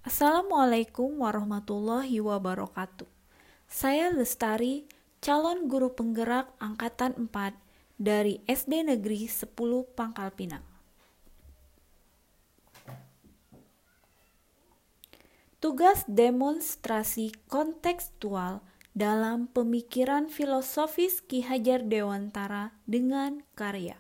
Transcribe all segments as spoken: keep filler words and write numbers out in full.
Assalamualaikum warahmatullahi wabarakatuh. Saya Lestari, calon guru penggerak angkatan empat dari S D Negeri sepuluh Pangkal Pinang. Tugas demonstrasi kontekstual dalam pemikiran filosofis Ki Hajar Dewantara dengan karya.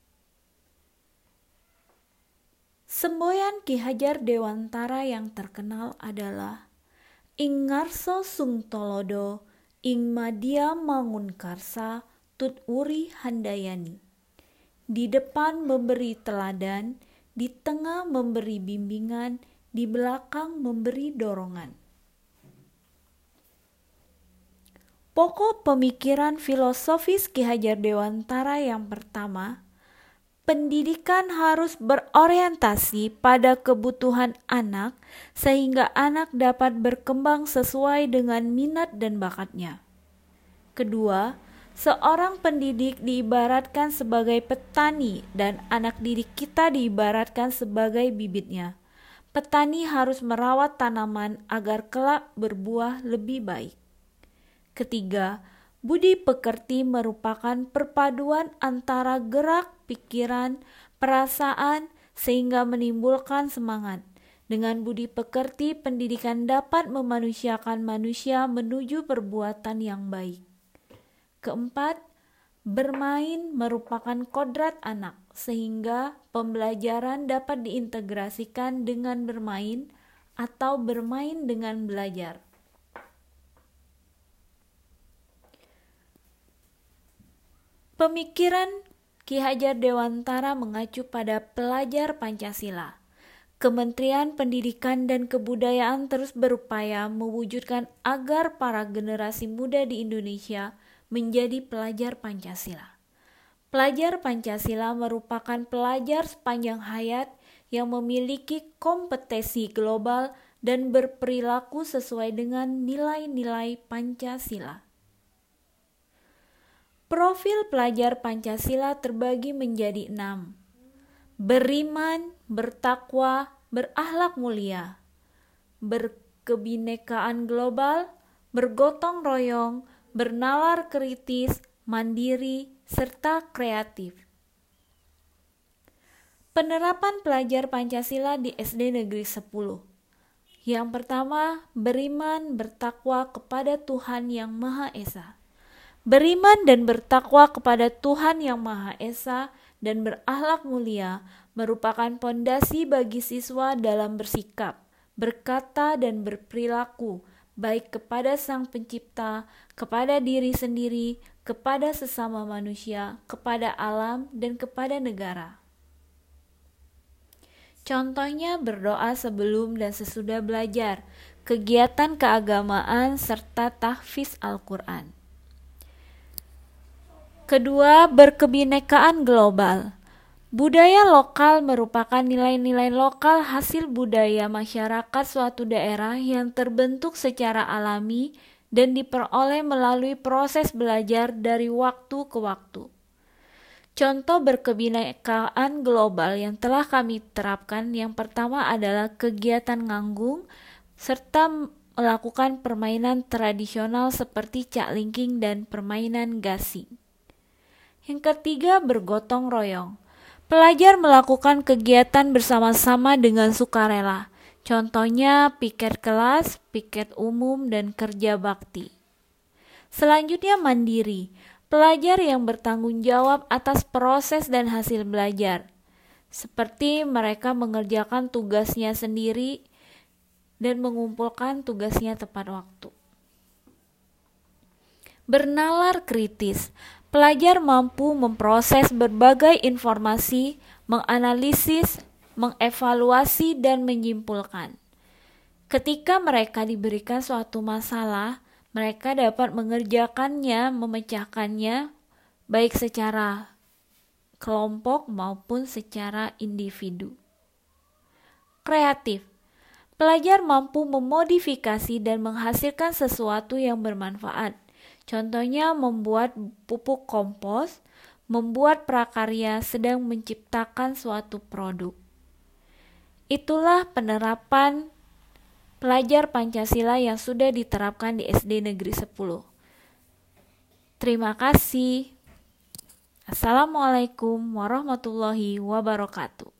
Semboyan Ki Hajar Dewantara yang terkenal adalah Ing ngarso sung tolodo, ing madia mangun karsa, tut uri handayani. Di depan memberi teladan, di tengah memberi bimbingan, di belakang memberi dorongan. Pokok pemikiran filosofis Ki Hajar Dewantara yang pertama, pendidikan harus berorientasi pada kebutuhan anak sehingga anak dapat berkembang sesuai dengan minat dan bakatnya. Kedua, seorang pendidik diibaratkan sebagai petani dan anak didik kita diibaratkan sebagai bibitnya. Petani harus merawat tanaman agar kelak berbuah lebih baik. Ketiga, budi pekerti merupakan perpaduan antara gerak, pikiran, perasaan sehingga menimbulkan semangat. Dengan budi pekerti, pendidikan dapat memanusiakan manusia menuju perbuatan yang baik. Keempat, bermain merupakan kodrat anak sehingga pembelajaran dapat diintegrasikan dengan bermain atau bermain dengan belajar. Pemikiran Ki Hajar Dewantara mengacu pada pelajar Pancasila. Kementerian Pendidikan dan Kebudayaan terus berupaya mewujudkan agar para generasi muda di Indonesia menjadi pelajar Pancasila. Pelajar Pancasila merupakan pelajar sepanjang hayat yang memiliki kompetensi global dan berperilaku sesuai dengan nilai-nilai Pancasila. Profil pelajar Pancasila terbagi menjadi enam. Beriman, bertakwa, berakhlak mulia, berkebinekaan global, bergotong royong, bernalar kritis, mandiri, serta kreatif. Penerapan pelajar Pancasila di S D Negeri sepuluh. Yang pertama, beriman, bertakwa kepada Tuhan Yang Maha Esa. Beriman dan bertakwa kepada Tuhan Yang Maha Esa dan berakhlak mulia merupakan pondasi bagi siswa dalam bersikap, berkata dan berperilaku baik kepada Sang Pencipta, kepada diri sendiri, kepada sesama manusia, kepada alam dan kepada negara. Contohnya berdoa sebelum dan sesudah belajar, kegiatan keagamaan serta tahfiz Al-Quran. Kedua, berkebinekaan global. Budaya lokal merupakan nilai-nilai lokal hasil budaya masyarakat suatu daerah yang terbentuk secara alami dan diperoleh melalui proses belajar dari waktu ke waktu. Contoh berkebinekaan global yang telah kami terapkan yang pertama adalah kegiatan nganggung serta melakukan permainan tradisional seperti caklingking dan permainan gasing. Yang ketiga, bergotong royong. Pelajar melakukan kegiatan bersama-sama dengan sukarela. Contohnya piket kelas, piket umum, dan kerja bakti. Selanjutnya mandiri. Pelajar yang bertanggung jawab atas proses dan hasil belajar. Seperti mereka mengerjakan tugasnya sendiri dan mengumpulkan tugasnya tepat waktu. Bernalar kritis. Pelajar mampu memproses berbagai informasi, menganalisis, mengevaluasi, dan menyimpulkan. Ketika mereka diberikan suatu masalah, mereka dapat mengerjakannya, memecahkannya, baik secara kelompok maupun secara individu. Kreatif. Pelajar mampu memodifikasi dan menghasilkan sesuatu yang bermanfaat. Contohnya membuat pupuk kompos, membuat prakarya, sedang menciptakan suatu produk. Itulah penerapan pelajar Pancasila yang sudah diterapkan di S D Negeri sepuluh. Terima kasih. Assalamualaikum warahmatullahi wabarakatuh.